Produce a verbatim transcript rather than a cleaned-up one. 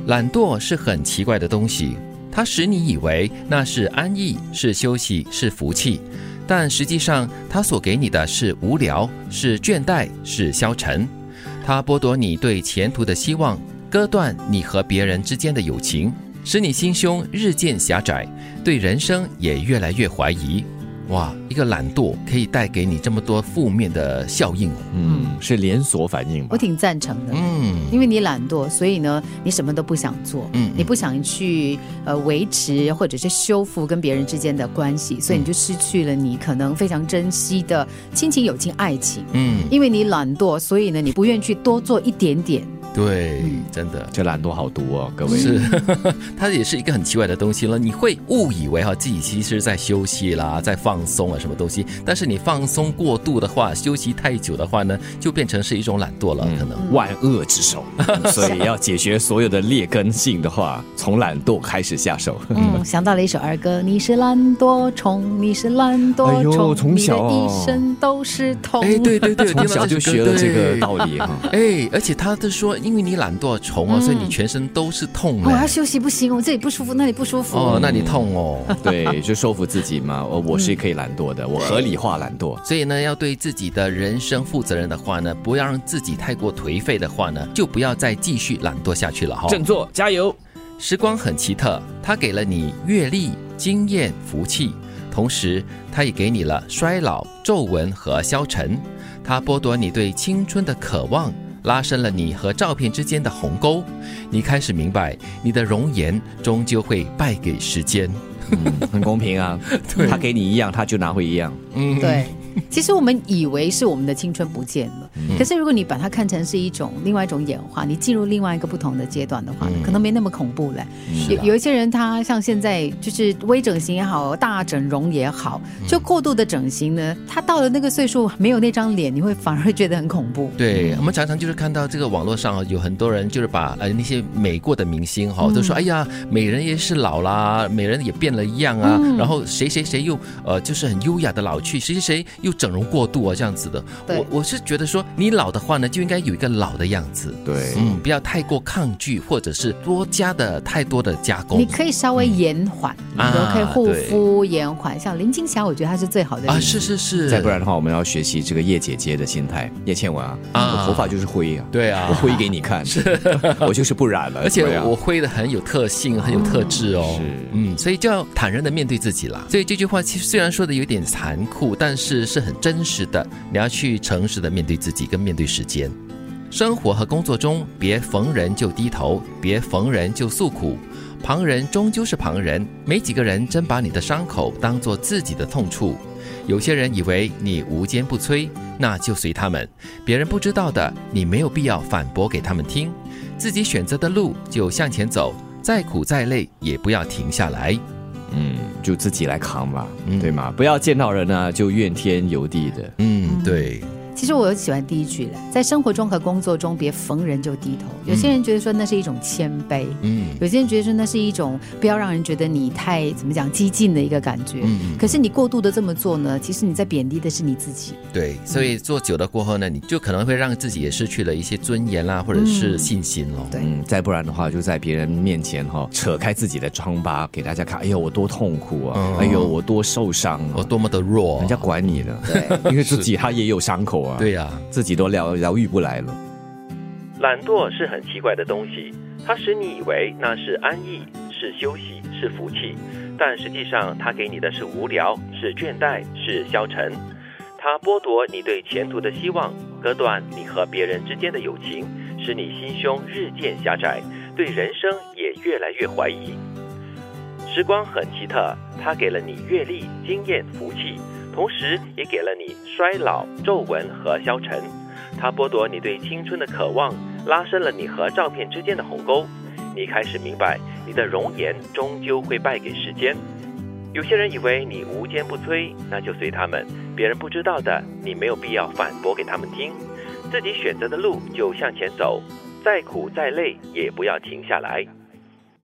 懒惰是很奇怪的东西，它使你以为那是安逸，是休息，是福气，但实际上它所给你的是无聊，是倦怠，是消沉。它剥夺你对前途的希望，割断你和别人之间的友情，使你心胸日渐狭窄，对人生也越来越怀疑。哇，一个懒惰可以带给你这么多负面的效应。 嗯，是连锁反应吧？ 我挺赞成的。嗯，因为你懒惰，所以呢，你什么都不想做。嗯，你不想去呃维持或者是修复跟别人之间的关系，所以你就失去了你可能非常珍惜的亲情、友情、爱情。嗯，因为你懒惰，所以呢，你不愿意去多做一点点。 对、嗯，真的， 这懒惰好毒哦，各位。 是，它也是一个很奇怪的东西了。你会误以为哈自己其实在休息啦，在放松啊，什么东西。但是你放松过度的话，休息太久的话呢，就变成是一种懒惰了，嗯、可能万恶之首。所以要解决所有的劣根性的话，从懒惰开始下手。 嗯，想到了一首儿歌，你是懒惰虫，你是懒惰虫，哎呦，从小、哦、你的一生都是痛。 哎，对对对， 从小就学了这个道理哈。 哎，而且他是说。因为你懒惰虫哦、嗯，所以你全身都是痛的。 我、哦、要休息不行，我这里不舒服，那里不舒服。 哦，那你痛哦。 对，就说服自己嘛，我我是可以懒惰的，嗯、我合理化懒惰。 所以呢，要对自己的人生负责任的话呢，不要让自己太过颓废的话呢，就不要再继续懒惰下去了哈。 振作，加油！ 时光很奇特，它给了你阅历、经验、福气，同时它也给你了衰老、皱纹和消沉。它剥夺你对青春的渴望。拉伸了你和照片之间的鸿沟，你开始明白，你的容颜终究会败给时间。 嗯，很公平啊，他给你一样，他就拿回一样。 嗯，对。其实我们以为是我们的青春不见了、嗯、可是如果你把它看成是一种另外一种演化，你进入另外一个不同的阶段的话、嗯、可能没那么恐怖了、嗯、有, 有一些人他像现在就是微整形也好，大整容也好，就过度的整形呢，他到了那个岁数没有那张脸，你会反而会觉得很恐怖。 对，我们常常就是看到这个网络上有很多人就是把呃那些美过的明星哈、嗯、都说哎呀美人也是老啦，美人也变了一样啊、嗯、然后谁谁谁又呃就是很优雅的老去，谁谁谁又整容过度啊，这样子的。我我是觉得说，你老的话呢，就应该有一个老的样子。 对， 嗯，不要太过抗拒，或者是多加的太多的加工。 你可以稍微延缓，比如可以护肤延缓，像林青霞，我觉得她是最好的。 啊，是是是。 再不然的话，我们要学习这个叶姐姐的心态，叶倩文啊，啊我头发就是灰啊， 对啊， 我灰给你看，是，我就是不染了， 而且我灰的很有特性，很有特质哦。 是， 嗯，所以就要坦然的面对自己啦。所以这句话其实虽然说的有点残酷，但是是很真实的，你要去诚实的面对自己跟面对时间。生活和工作中别逢人就低头，别逢人就诉苦，旁人终究是旁人，没几个人真把你的伤口当作自己的痛处。有些人以为你无坚不摧，那就随他们，别人不知道的你没有必要反驳给他们听，自己选择的路就向前走，再苦再累也不要停下来。 嗯，就自己来扛吧、嗯、对吗？不要见到人啊就怨天尤地的。 嗯，对。 其实我有喜欢第一句了，在生活中和工作中别逢人就低头。有些人觉得说那是一种谦卑，嗯，有些人觉得说那是一种不要让人觉得你太怎么讲激进的一个感觉。嗯，可是你过度的这么做呢，其实你在贬低的是你自己。 对，所以做久了过后呢，你就可能会让自己也失去了一些尊严啦，或者是信心咯。 对、 嗯，再不然的话，就在别人面前哈、哦，扯开自己的疮疤给大家看。哎呦，我多痛苦啊！嗯、哎呦，我多受伤、啊， 我多么的弱、啊， 人家管你的。对，因为自己他也有伤口啊。 对呀、啊， 自己都疗疗愈不来了。 懒惰是很奇怪的东西，它使你以为那是安逸，是休息，是福气，但实际上它给你的是无聊，是倦怠，是消沉。它剥夺你对前途的希望，割断你和别人之间的友情，使你心胸日渐狭窄，对人生也越来越怀疑。时光很奇特，它给了你阅历、经验、福气，同时也给了你衰老、皱纹和消沉。它剥夺你对青春的渴望，拉伸了你和照片之间的鸿沟。你开始明白，你的容颜终究会败给时间。有些人以为你无坚不摧，那就随他们，别人不知道的你没有必要反驳给他们听，自己选择的路就向前走，再苦再累也不要停下来。